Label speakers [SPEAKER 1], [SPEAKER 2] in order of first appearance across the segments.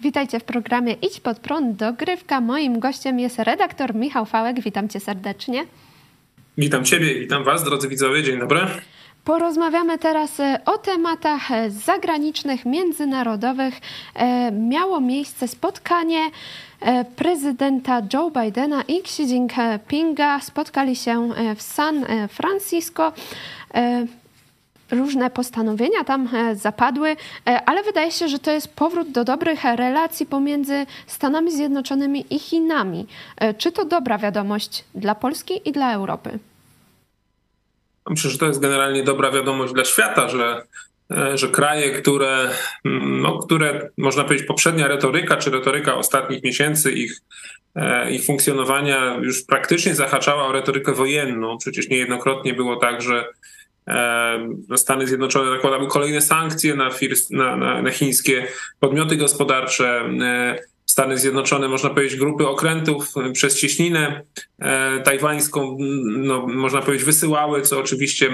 [SPEAKER 1] Witajcie w programie Idź Pod Prąd Dogrywka. Moim gościem jest redaktor Michał Fałek. Witam cię serdecznie.
[SPEAKER 2] Witam ciebie i witam was, drodzy widzowie. Dzień dobry.
[SPEAKER 1] Porozmawiamy teraz o tematach zagranicznych, międzynarodowych. Miało miejsce spotkanie prezydenta Joe Bidena i Xi Jinpinga. Spotkali się w San Francisco. Różne postanowienia tam zapadły, ale wydaje się, że to jest powrót do dobrych relacji pomiędzy Stanami Zjednoczonymi i Chinami. Czy to dobra wiadomość dla Polski i dla Europy?
[SPEAKER 2] Myślę, że to jest generalnie dobra wiadomość dla świata, że kraje, które można powiedzieć poprzednia retoryka, czy retoryka ostatnich miesięcy ich funkcjonowania już praktycznie zahaczała o retorykę wojenną. Przecież niejednokrotnie było tak, że Stany Zjednoczone nakładały kolejne sankcje na chińskie podmioty gospodarcze. Stany Zjednoczone, można powiedzieć, grupy okrętów przez cieśninę tajwańską, można powiedzieć, wysyłały, co oczywiście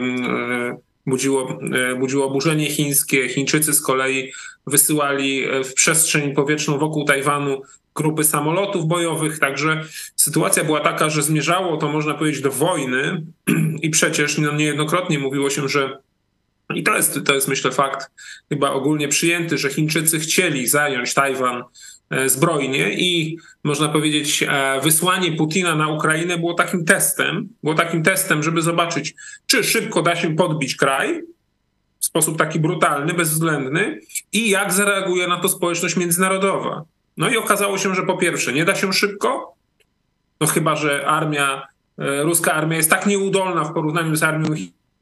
[SPEAKER 2] budziło oburzenie chińskie. Chińczycy z kolei wysyłali w przestrzeń powietrzną wokół Tajwanu grupy samolotów bojowych, także sytuacja była taka, że zmierzało to, można powiedzieć, do wojny i przecież niejednokrotnie mówiło się, że i to jest myślę fakt chyba ogólnie przyjęty, że Chińczycy chcieli zająć Tajwan zbrojnie i można powiedzieć wysłanie Putina na Ukrainę było takim testem, żeby zobaczyć, czy szybko da się podbić kraj w sposób taki brutalny, bezwzględny i jak zareaguje na to społeczność międzynarodowa. No i okazało się, że po pierwsze nie da się szybko, no chyba że ruska armia jest tak nieudolna w porównaniu z armią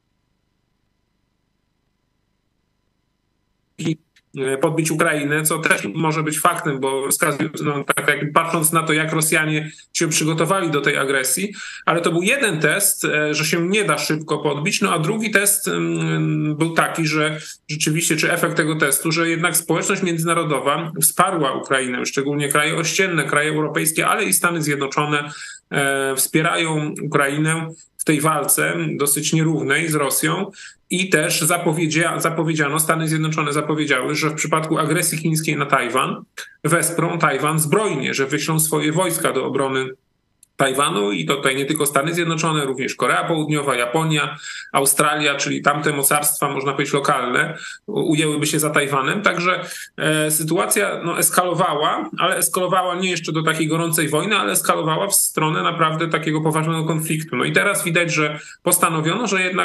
[SPEAKER 2] podbić Ukrainę, co też może być faktem, bo patrząc na to, jak Rosjanie się przygotowali do tej agresji, ale to był jeden test, że się nie da szybko podbić, no a drugi test był taki, że rzeczywiście, czy efekt tego testu, że jednak społeczność międzynarodowa wsparła Ukrainę, szczególnie kraje ościenne, kraje europejskie, ale i Stany Zjednoczone wspierają Ukrainę w tej walce dosyć nierównej z Rosją i też Stany Zjednoczone zapowiedziały, że w przypadku agresji chińskiej na Tajwan wesprą Tajwan zbrojnie, że wyślą swoje wojska do obrony Tajwanu i to tutaj nie tylko Stany Zjednoczone, również Korea Południowa, Japonia, Australia, czyli tamte mocarstwa, można powiedzieć, lokalne, ujęłyby się za Tajwanem. Także sytuacja eskalowała, ale eskalowała nie jeszcze do takiej gorącej wojny, ale eskalowała w stronę naprawdę takiego poważnego konfliktu. No i teraz widać, że postanowiono, że jednak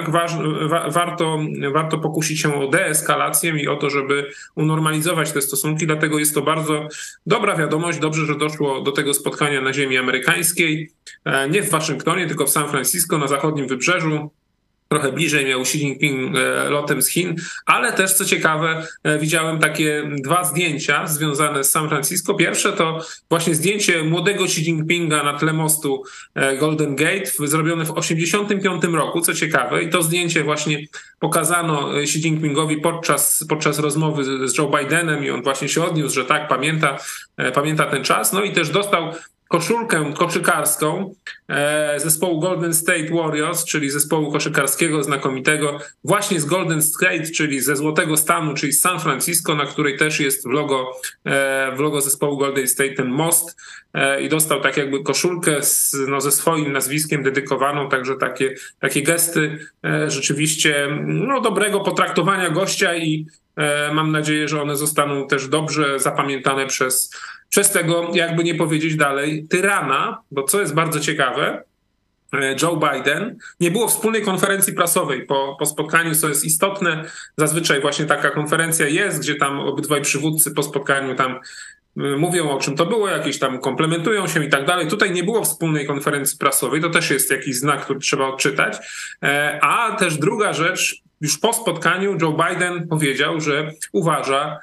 [SPEAKER 2] warto pokusić się o deeskalację i o to, żeby unormalizować te stosunki, dlatego jest to bardzo dobra wiadomość. Dobrze, że doszło do tego spotkania na ziemi amerykańskiej. Nie w Waszyngtonie, tylko w San Francisco, na zachodnim wybrzeżu. Trochę bliżej miał Xi Jinping lotem z Chin, ale też, co ciekawe, widziałem takie dwa zdjęcia związane z San Francisco. Pierwsze to właśnie zdjęcie młodego Xi Jinpinga na tle mostu Golden Gate, zrobione w 1985 roku, co ciekawe. I to zdjęcie właśnie pokazano Xi Jinpingowi podczas rozmowy z Joe Bidenem i on właśnie się odniósł, że tak, pamięta ten czas. No i też dostał koszulkę koszykarską zespołu Golden State Warriors, czyli zespołu koszykarskiego znakomitego, właśnie z Golden State, czyli ze Złotego Stanu, czyli z San Francisco, na której też jest w logo zespołu Golden State ten most i dostał tak jakby koszulkę ze swoim nazwiskiem dedykowaną, także takie gesty rzeczywiście dobrego potraktowania gościa i mam nadzieję, że one zostaną też dobrze zapamiętane przez tego, jakby nie powiedzieć dalej, tyrana, bo co jest bardzo ciekawe, Joe Biden, nie było wspólnej konferencji prasowej po spotkaniu, co jest istotne. Zazwyczaj właśnie taka konferencja jest, gdzie tam obydwaj przywódcy po spotkaniu tam mówią, o czym to było, jakieś tam komplementują się i tak dalej. Tutaj nie było wspólnej konferencji prasowej, to też jest jakiś znak, który trzeba odczytać. A też druga rzecz, już po spotkaniu Joe Biden powiedział, że uważa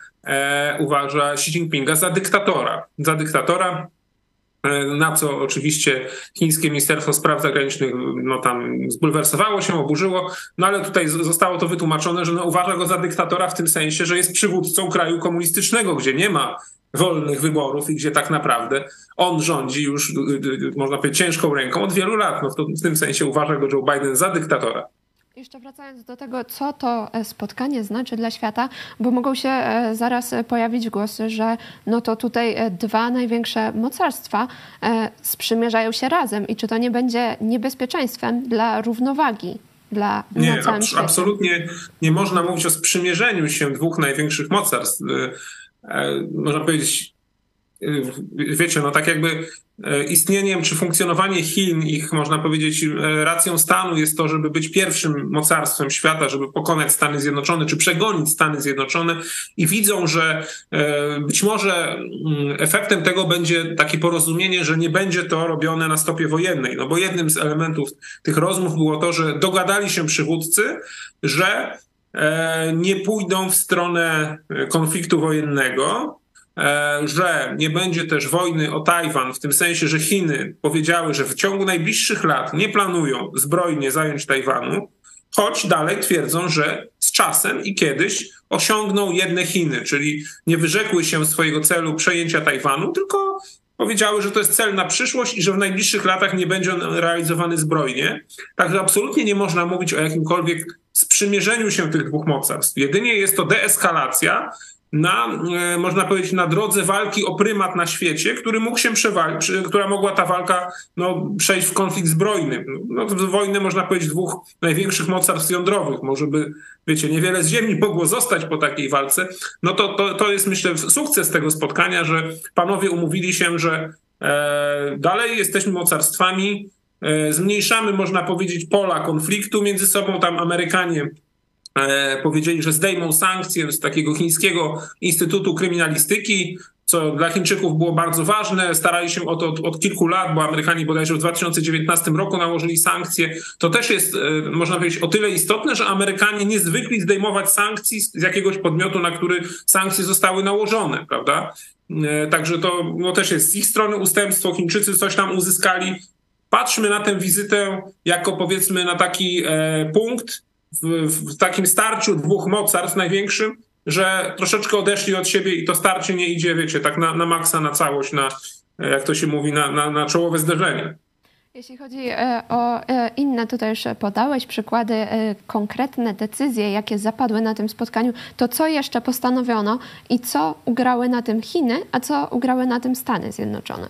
[SPEAKER 2] Xi Jinpinga za dyktatora, na co oczywiście chińskie Ministerstwo Spraw Zagranicznych tam zbulwersowało się, oburzyło, ale tutaj zostało to wytłumaczone, że uważa go za dyktatora w tym sensie, że jest przywódcą kraju komunistycznego, gdzie nie ma wolnych wyborów i gdzie tak naprawdę on rządzi już, można powiedzieć, ciężką ręką od wielu lat. W tym sensie uważa go Joe Biden za dyktatora.
[SPEAKER 1] Jeszcze wracając do tego, co to spotkanie znaczy dla świata, bo mogą się zaraz pojawić głosy, że no to tutaj dwa największe mocarstwa sprzymierzają się razem i czy to nie będzie niebezpieczeństwem dla równowagi, dla
[SPEAKER 2] Nie,
[SPEAKER 1] na całym świecie?
[SPEAKER 2] absolutnie nie można mówić o sprzymierzeniu się dwóch największych mocarstw. Można powiedzieć, wiecie, no tak jakby istnieniem czy funkcjonowanie Chin, ich można powiedzieć racją stanu jest to, żeby być pierwszym mocarstwem świata, żeby pokonać Stany Zjednoczone, czy przegonić Stany Zjednoczone i widzą, że być może efektem tego będzie takie porozumienie, że nie będzie to robione na stopie wojennej, no bo jednym z elementów tych rozmów było to, że dogadali się przywódcy, że nie pójdą w stronę konfliktu wojennego, że nie będzie też wojny o Tajwan, w tym sensie, że Chiny powiedziały, że w ciągu najbliższych lat nie planują zbrojnie zająć Tajwanu, choć dalej twierdzą, że z czasem i kiedyś osiągną jedne Chiny, czyli nie wyrzekły się swojego celu przejęcia Tajwanu, tylko powiedziały, że to jest cel na przyszłość i że w najbliższych latach nie będzie on realizowany zbrojnie. Także absolutnie nie można mówić o jakimkolwiek sprzymierzeniu się tych dwóch mocarstw. Jedynie jest to deeskalacja można powiedzieć, na drodze walki o prymat na świecie, który mógł się która mogła ta walka przejść w konflikt zbrojny. Wojnę, można powiedzieć, dwóch największych mocarstw jądrowych. Może by, wiecie, niewiele z ziemi mogło zostać po takiej walce. No to jest, myślę, sukces tego spotkania, że panowie umówili się, że dalej jesteśmy mocarstwami, zmniejszamy, można powiedzieć, pola konfliktu między sobą. Tam Amerykanie powiedzieli, że zdejmą sankcje z takiego chińskiego Instytutu Kryminalistyki, co dla Chińczyków było bardzo ważne. Starali się o to od kilku lat, bo Amerykanie bodajże w 2019 roku nałożyli sankcje. To też jest, można powiedzieć, o tyle istotne, że Amerykanie nie zwykli zdejmować sankcji z jakiegoś podmiotu, na który sankcje zostały nałożone, prawda? Także to też jest z ich strony ustępstwo. Chińczycy coś tam uzyskali. Patrzmy na tę wizytę jako, powiedzmy, na taki punkt, w takim starciu dwóch mocarstw największym, że troszeczkę odeszli od siebie i to starcie nie idzie, wiecie, tak na maksa, na całość, jak to się mówi, na czołowe zderzenie.
[SPEAKER 1] Jeśli chodzi o inne, tutaj już podałeś przykłady, konkretne decyzje, jakie zapadły na tym spotkaniu, to co jeszcze postanowiono i co ugrały na tym Chiny, a co ugrały na tym Stany Zjednoczone?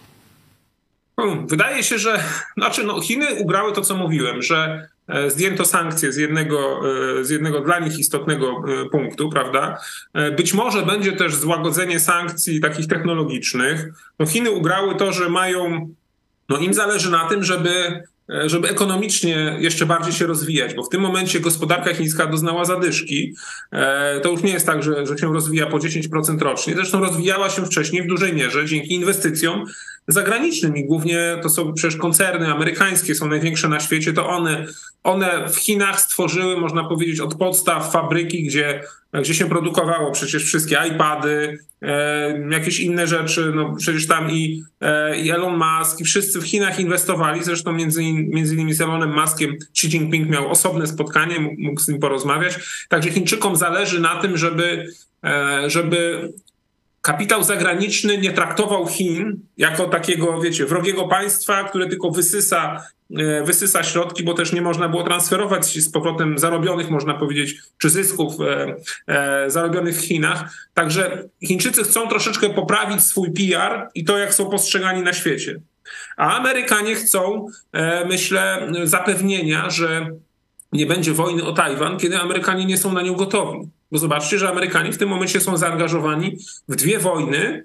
[SPEAKER 2] Wydaje się, że Chiny ugrały to, co mówiłem, że zdjęto sankcje z jednego dla nich istotnego punktu, prawda? Być może będzie też złagodzenie sankcji takich technologicznych. Chiny ugrały to, że im zależy na tym, żeby ekonomicznie jeszcze bardziej się rozwijać, bo w tym momencie gospodarka chińska doznała zadyszki. To już nie jest tak, że się rozwija po 10% rocznie. Zresztą rozwijała się wcześniej w dużej mierze dzięki inwestycjom zagranicznym i głównie to są przecież koncerny amerykańskie, są największe na świecie, to one w Chinach stworzyły, można powiedzieć, od podstaw fabryki, gdzie się produkowało przecież wszystkie iPady, jakieś inne rzeczy, przecież tam i Elon Musk i wszyscy w Chinach inwestowali, zresztą między innymi z Elonem Muskiem Xi Jinping miał osobne spotkanie, mógł z nim porozmawiać, także Chińczykom zależy na tym, żeby kapitał zagraniczny nie traktował Chin jako takiego, wiecie, wrogiego państwa, które tylko wysysa środki, bo też nie można było transferować z powrotem zarobionych, można powiedzieć, czy zysków zarobionych w Chinach. Także Chińczycy chcą troszeczkę poprawić swój PR i to, jak są postrzegani na świecie. A Amerykanie chcą, myślę, zapewnienia, że nie będzie wojny o Tajwan, kiedy Amerykanie nie są na nią gotowi. Bo zobaczcie, że Amerykanie w tym momencie są zaangażowani w dwie wojny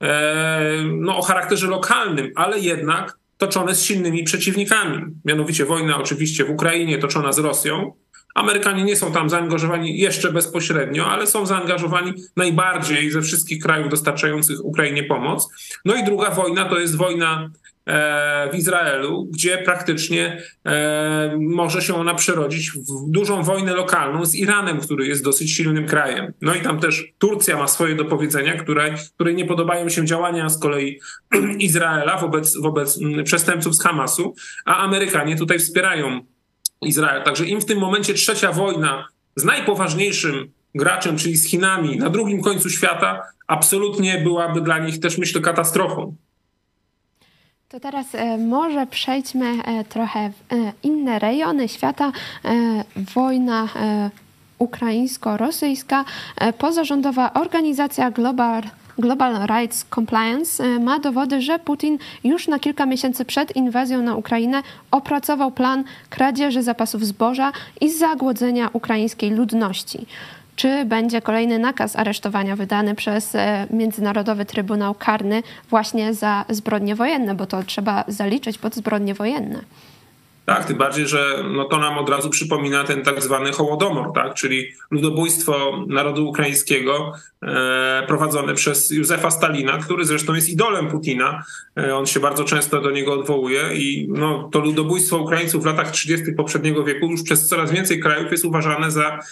[SPEAKER 2] o charakterze lokalnym, ale jednak toczone z silnymi przeciwnikami. Mianowicie wojna oczywiście w Ukrainie toczona z Rosją. Amerykanie nie są tam zaangażowani jeszcze bezpośrednio, ale są zaangażowani najbardziej ze wszystkich krajów dostarczających Ukrainie pomoc. No i druga wojna to jest wojna w Izraelu, gdzie praktycznie może się ona przerodzić w dużą wojnę lokalną z Iranem, który jest dosyć silnym krajem. No i tam też Turcja ma swoje do powiedzenia, której nie podobają się działania z kolei Izraela wobec przestępców z Hamasu, a Amerykanie tutaj wspierają Izrael. Także im w tym momencie trzecia wojna z najpoważniejszym graczem, czyli z Chinami na drugim końcu świata, absolutnie byłaby dla nich też, myślę, katastrofą.
[SPEAKER 1] To teraz może przejdźmy trochę w inne rejony świata. Wojna ukraińsko-rosyjska. Pozarządowa organizacja Global Rights Compliance ma dowody, że Putin już na kilka miesięcy przed inwazją na Ukrainę opracował plan kradzieży zapasów zboża i zagłodzenia ukraińskiej ludności. Czy będzie kolejny nakaz aresztowania wydany przez Międzynarodowy Trybunał Karny właśnie za zbrodnie wojenne, bo to trzeba zaliczyć pod zbrodnie wojenne?
[SPEAKER 2] Tak, tym bardziej, że to nam od razu przypomina ten tak zwany Hołodomor, tak? Czyli ludobójstwo narodu ukraińskiego prowadzone przez Józefa Stalina, który zresztą jest idolem Putina. On się bardzo często do niego odwołuje i to ludobójstwo Ukraińców w latach 30. poprzedniego wieku już przez coraz więcej krajów jest uważane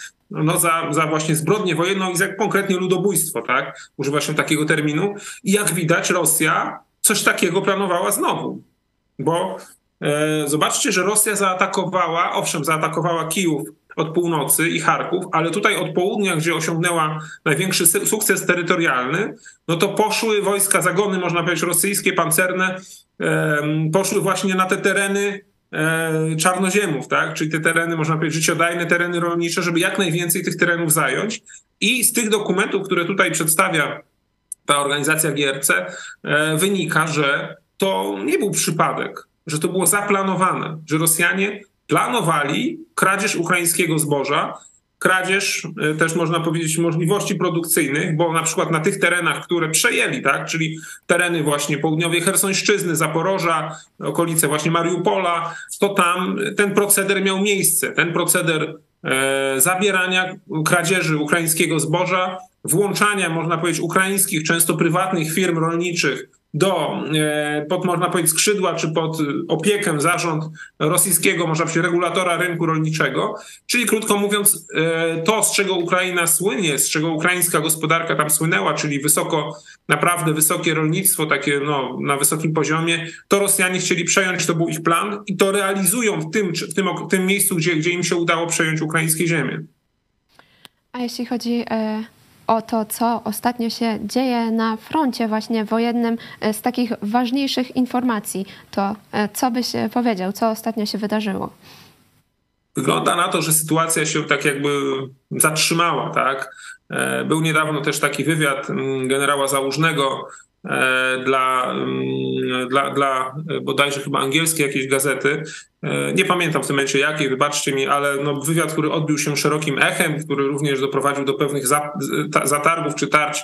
[SPEAKER 2] za właśnie zbrodnię wojenną i za konkretnie ludobójstwo, tak? Używa się takiego terminu. I jak widać, Rosja coś takiego planowała znowu, bo zobaczcie, że Rosja zaatakowała Kijów od północy i Charków, ale tutaj od południa, gdzie osiągnęła największy sukces terytorialny, to poszły wojska, zagony, można powiedzieć, rosyjskie, pancerne, poszły właśnie na te tereny czarnoziemów, tak? Czyli te tereny, można powiedzieć, życiodajne, tereny rolnicze, żeby jak najwięcej tych terenów zająć. I z tych dokumentów, które tutaj przedstawia ta organizacja GRC, wynika, że to nie był przypadek, że to było zaplanowane, że Rosjanie planowali kradzież ukraińskiego zboża, kradzież też można powiedzieć możliwości produkcyjnych, bo na przykład na tych terenach, które przejęli, tak, czyli tereny właśnie południowej Chersońszczyzny, Zaporoża, okolice właśnie Mariupola, to tam ten proceder miał miejsce. Ten proceder zabierania, kradzieży ukraińskiego zboża, włączania, można powiedzieć, ukraińskich, często prywatnych firm rolniczych pod, można powiedzieć, skrzydła czy pod opiekę, zarząd rosyjskiego, można powiedzieć, regulatora rynku rolniczego. Czyli krótko mówiąc, to, z czego Ukraina słynie, z czego ukraińska gospodarka tam słynęła, czyli naprawdę wysokie rolnictwo, takie na wysokim poziomie, to Rosjanie chcieli przejąć, to był ich plan i to realizują w tym miejscu, gdzie im się udało przejąć ukraińskie ziemię.
[SPEAKER 1] A jeśli chodzi o to, co ostatnio się dzieje na froncie właśnie wojennym, z takich ważniejszych informacji, to co byś powiedział, co ostatnio się wydarzyło?
[SPEAKER 2] Wygląda na to, że sytuacja się tak jakby zatrzymała, tak? Był niedawno też taki wywiad generała Załużnego dla bodajże chyba angielskiej jakiejś gazety. Nie pamiętam w tym momencie jakiej, wybaczcie mi, ale wywiad, który odbił się szerokim echem, który również doprowadził do pewnych zatargów czy tarć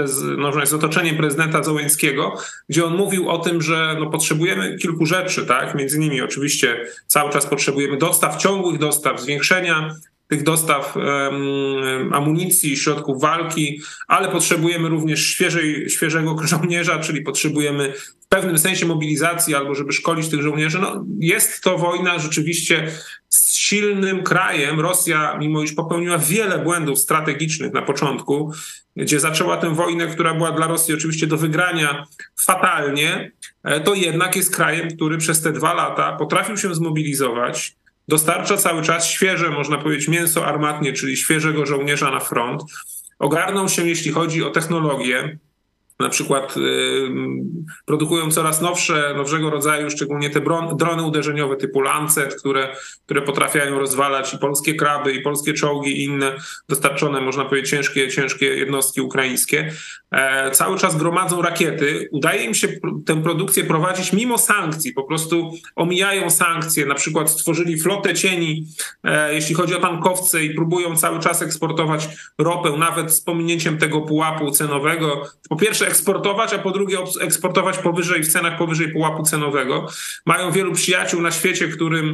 [SPEAKER 2] z otoczeniem prezydenta Zełenskiego, gdzie on mówił o tym, że potrzebujemy kilku rzeczy, tak? Między innymi oczywiście cały czas potrzebujemy ciągłych dostaw, zwiększenia tych dostaw amunicji, środków walki, ale potrzebujemy również świeżego żołnierza, czyli potrzebujemy w pewnym sensie mobilizacji albo żeby szkolić tych żołnierzy. Jest to wojna rzeczywiście z silnym krajem. Rosja, mimo iż popełniła wiele błędów strategicznych na początku, gdzie zaczęła tę wojnę, która była dla Rosji oczywiście do wygrania fatalnie, to jednak jest krajem, który przez te 2 lata potrafił się zmobilizować, dostarcza cały czas świeże, można powiedzieć, mięso armatnie, czyli świeżego żołnierza na front. Ogarnął się, jeśli chodzi o technologię. Na przykład produkują coraz nowszego rodzaju, szczególnie te drony uderzeniowe typu Lancet, które potrafiają rozwalać i polskie kraby, i polskie czołgi, i inne dostarczone, można powiedzieć, ciężkie jednostki ukraińskie. Cały czas gromadzą rakiety. Udaje im się tę produkcję prowadzić mimo sankcji. Po prostu omijają sankcje. Na przykład stworzyli flotę cieni, jeśli chodzi o tankowce i próbują cały czas eksportować ropę, nawet z pominięciem tego pułapu cenowego. Po pierwsze eksportować, a po drugie eksportować w cenach powyżej pułapu cenowego. Mają wielu przyjaciół na świecie,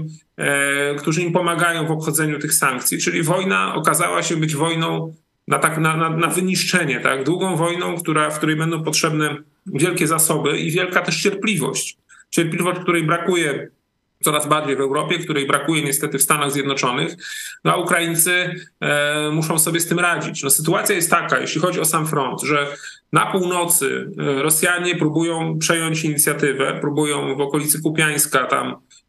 [SPEAKER 2] którzy im pomagają w obchodzeniu tych sankcji. Czyli wojna okazała się być wojną na wyniszczenie, tak? Długą wojną, w której będą potrzebne wielkie zasoby i wielka też cierpliwość. Cierpliwość, której brakuje coraz bardziej w Europie, której brakuje niestety w Stanach Zjednoczonych, a Ukraińcy muszą sobie z tym radzić. Sytuacja jest taka, jeśli chodzi o sam front, że na północy Rosjanie próbują przejąć inicjatywę, próbują w okolicy Kupiańska tam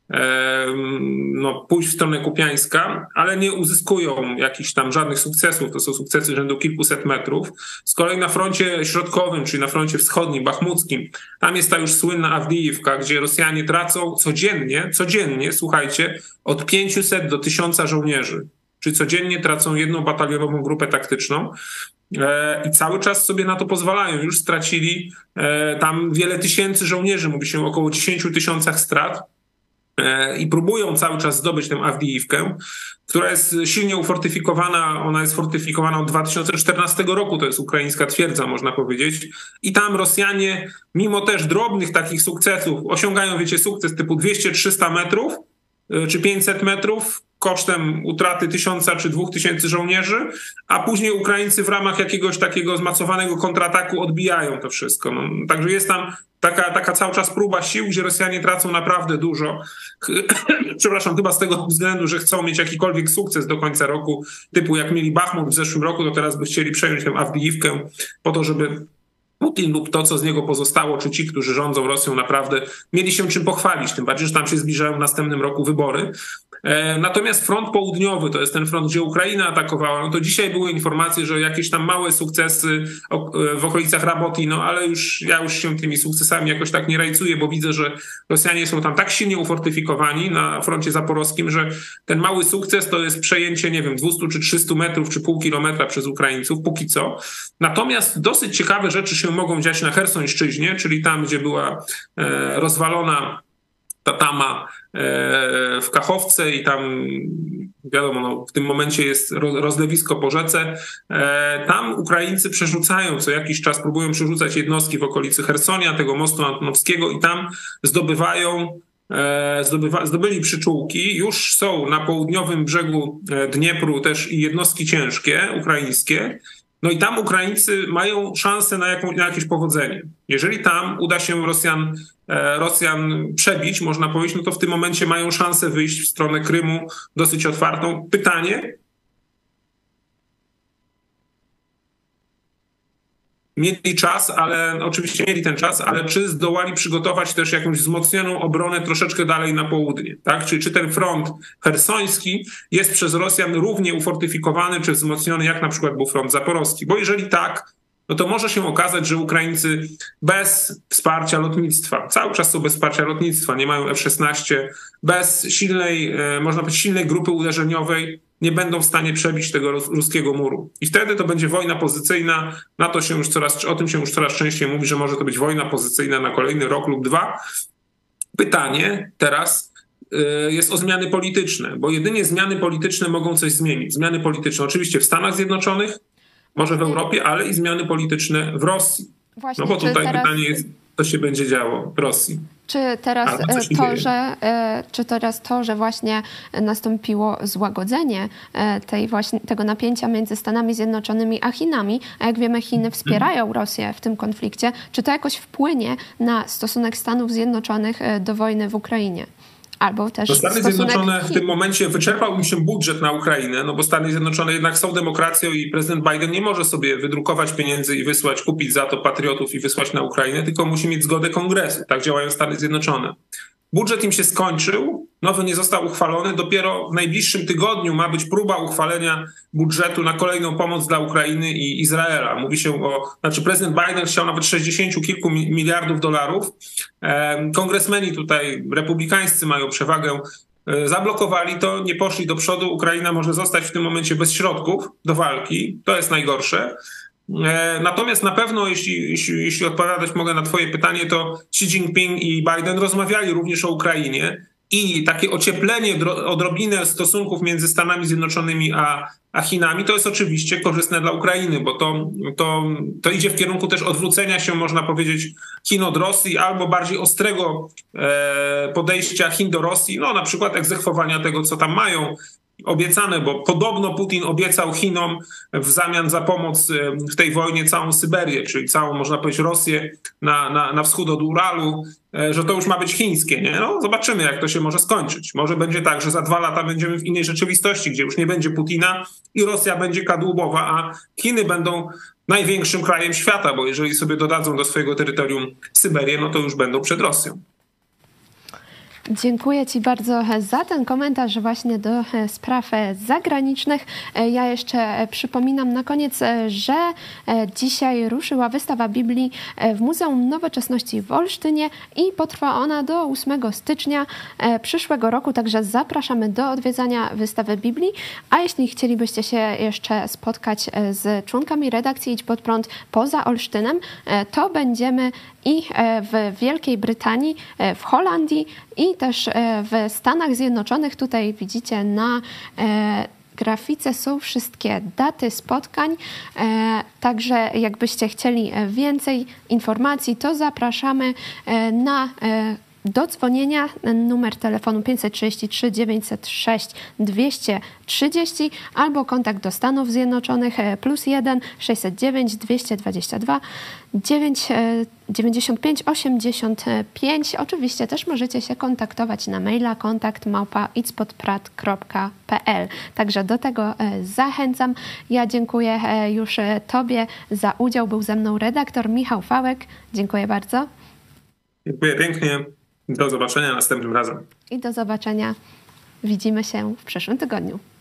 [SPEAKER 2] pójść w stronę Kupiańska, ale nie uzyskują jakichś tam żadnych sukcesów. To są sukcesy rzędu kilkuset metrów. Z kolei na froncie środkowym, czyli na froncie wschodnim, bachmuckim, tam jest ta już słynna Awdijivka, gdzie Rosjanie tracą codziennie, słuchajcie, od 500 do 1000 żołnierzy. Czyli codziennie tracą jedną batalionową grupę taktyczną. I cały czas sobie na to pozwalają. Już stracili tam wiele tysięcy żołnierzy, mówi się około 10 000 strat. I próbują cały czas zdobyć tę Awdijivkę, która jest silnie ufortyfikowana. Ona jest fortyfikowana od 2014 roku, to jest ukraińska twierdza, można powiedzieć. I tam Rosjanie, mimo też drobnych takich sukcesów, osiągają, wiecie, sukces typu 200-300 metrów czy 500 metrów kosztem utraty 1000 czy 2000 żołnierzy, a później Ukraińcy w ramach jakiegoś takiego zmacowanego kontrataku odbijają to wszystko. Także jest tam taka cały czas próba sił, gdzie Rosjanie tracą naprawdę dużo. Przepraszam, chyba z tego względu, że chcą mieć jakikolwiek sukces do końca roku, typu jak mieli Bachmut w zeszłym roku, to teraz by chcieli przejąć tę Awdijivkę po to, żeby Putin lub to, co z niego pozostało, czy ci, którzy rządzą Rosją, naprawdę mieli się czym pochwalić, tym bardziej, że tam się zbliżają w następnym roku wybory. Natomiast front południowy, to jest ten front, gdzie Ukraina atakowała, to dzisiaj były informacje, że jakieś tam małe sukcesy w okolicach Raboti, ale ja już się tymi sukcesami jakoś tak nie rajcuję, bo widzę, że Rosjanie są tam tak silnie ufortyfikowani na froncie zaporowskim, że ten mały sukces to jest przejęcie, nie wiem, 200 czy 300 metrów, czy pół kilometra przez Ukraińców, póki co. Natomiast dosyć ciekawe rzeczy się mogą dziać na Chersońszczyźnie, czyli tam, gdzie była rozwalona ta tama w Kachowce i tam wiadomo, w tym momencie jest rozlewisko po rzece. Tam Ukraińcy przerzucają co jakiś czas, próbują przerzucać jednostki w okolicy Chersonia, tego mostu Antonowskiego i tam zdobyli przyczółki. Już są na południowym brzegu Dniepru też i jednostki ciężkie ukraińskie. No i tam Ukraińcy mają szansę na jakieś powodzenie. Jeżeli tam uda się Rosjan przebić, można powiedzieć, no to w tym momencie mają szansę wyjść w stronę Krymu dosyć otwartą. Pytanie, mieli czas, oczywiście mieli ten czas, ale czy zdołali przygotować też jakąś wzmocnioną obronę troszeczkę dalej na południe, tak? Czyli czy ten front chersoński jest przez Rosjan równie ufortyfikowany czy wzmocniony, jak na przykład był front zaporowski? Bo jeżeli tak, no to może się okazać, że Ukraińcy bez wsparcia lotnictwa, cały czas są bez wsparcia lotnictwa, nie mają F-16, bez można powiedzieć, silnej grupy uderzeniowej, nie będą w stanie przebić tego ruskiego muru. I wtedy to będzie wojna pozycyjna. O tym się już coraz częściej mówi, że może to być wojna pozycyjna na kolejny rok lub dwa. Pytanie teraz jest o zmiany polityczne, bo jedynie zmiany polityczne mogą coś zmienić. Zmiany polityczne oczywiście w Stanach Zjednoczonych, może w Europie, ale i zmiany polityczne w Rosji. Właśnie, no bo tutaj pytanie jest, co się będzie działo w Rosji.
[SPEAKER 1] Czy teraz to, że właśnie nastąpiło złagodzenie tego napięcia między Stanami Zjednoczonymi a Chinami, a jak wiemy, Chiny wspierają Rosję w tym konflikcie, czy to jakoś wpłynie na stosunek Stanów Zjednoczonych do wojny w Ukrainie? Albo też
[SPEAKER 2] Stany Zjednoczone w tym momencie wyczerpał im się budżet na Ukrainę, no bo Stany Zjednoczone jednak są demokracją i prezydent Biden nie może sobie wydrukować pieniędzy i kupić za to patriotów i wysłać na Ukrainę, tylko musi mieć zgodę Kongresu. Tak działają Stany Zjednoczone. Budżet im się skończył, nowy nie został uchwalony. Dopiero w najbliższym tygodniu ma być próba uchwalenia budżetu na kolejną pomoc dla Ukrainy i Izraela. Mówi się prezydent Biden chciał nawet 60 kilku miliardów dolarów. Kongresmeni tutaj republikańscy mają przewagę, zablokowali to, nie poszli do przodu. Ukraina może zostać w tym momencie bez środków do walki. To jest najgorsze. Natomiast na pewno, jeśli odpowiadać mogę na twoje pytanie, to Xi Jinping i Biden rozmawiali również o Ukrainie i takie ocieplenie odrobinę stosunków między Stanami Zjednoczonymi a Chinami to jest oczywiście korzystne dla Ukrainy, bo to idzie w kierunku też odwrócenia się, można powiedzieć, Chin od Rosji albo bardziej ostrego podejścia Chin do Rosji, no na przykład egzekwowania tego, co tam mają obiecane, bo podobno Putin obiecał Chinom w zamian za pomoc w tej wojnie całą Syberię, czyli całą, można powiedzieć, Rosję na wschód od Uralu, że to już ma być chińskie, nie? No zobaczymy, jak to się może skończyć. Może będzie tak, że za 2 lata będziemy w innej rzeczywistości, gdzie już nie będzie Putina i Rosja będzie kadłubowa, a Chiny będą największym krajem świata, bo jeżeli sobie dodadzą do swojego terytorium Syberię, no to już będą przed Rosją.
[SPEAKER 1] Dziękuję Ci bardzo za ten komentarz właśnie do spraw zagranicznych. Ja jeszcze przypominam na koniec, że dzisiaj ruszyła wystawa Biblii w Muzeum Nowoczesności w Olsztynie i potrwa ona do 8 stycznia przyszłego roku, także zapraszamy do odwiedzania wystawy Biblii. A jeśli chcielibyście się jeszcze spotkać z członkami redakcji Idź Pod Prąd poza Olsztynem, to będziemy i w Wielkiej Brytanii, w Holandii i też w Stanach Zjednoczonych. Tutaj widzicie na grafice są wszystkie daty spotkań, także jakbyście chcieli więcej informacji, to zapraszamy do dzwonienia. Numer telefonu 533 906 230 albo kontakt do Stanów Zjednoczonych +1 609 222 95 85. Oczywiście też możecie się kontaktować na maila kontakt@idspodprat.pl. Także do tego zachęcam. Ja dziękuję już Tobie za udział. Był ze mną redaktor Michał Fałek. Dziękuję bardzo.
[SPEAKER 2] Dziękuję pięknie. Do zobaczenia następnym razem.
[SPEAKER 1] I do zobaczenia. Widzimy się w przyszłym tygodniu.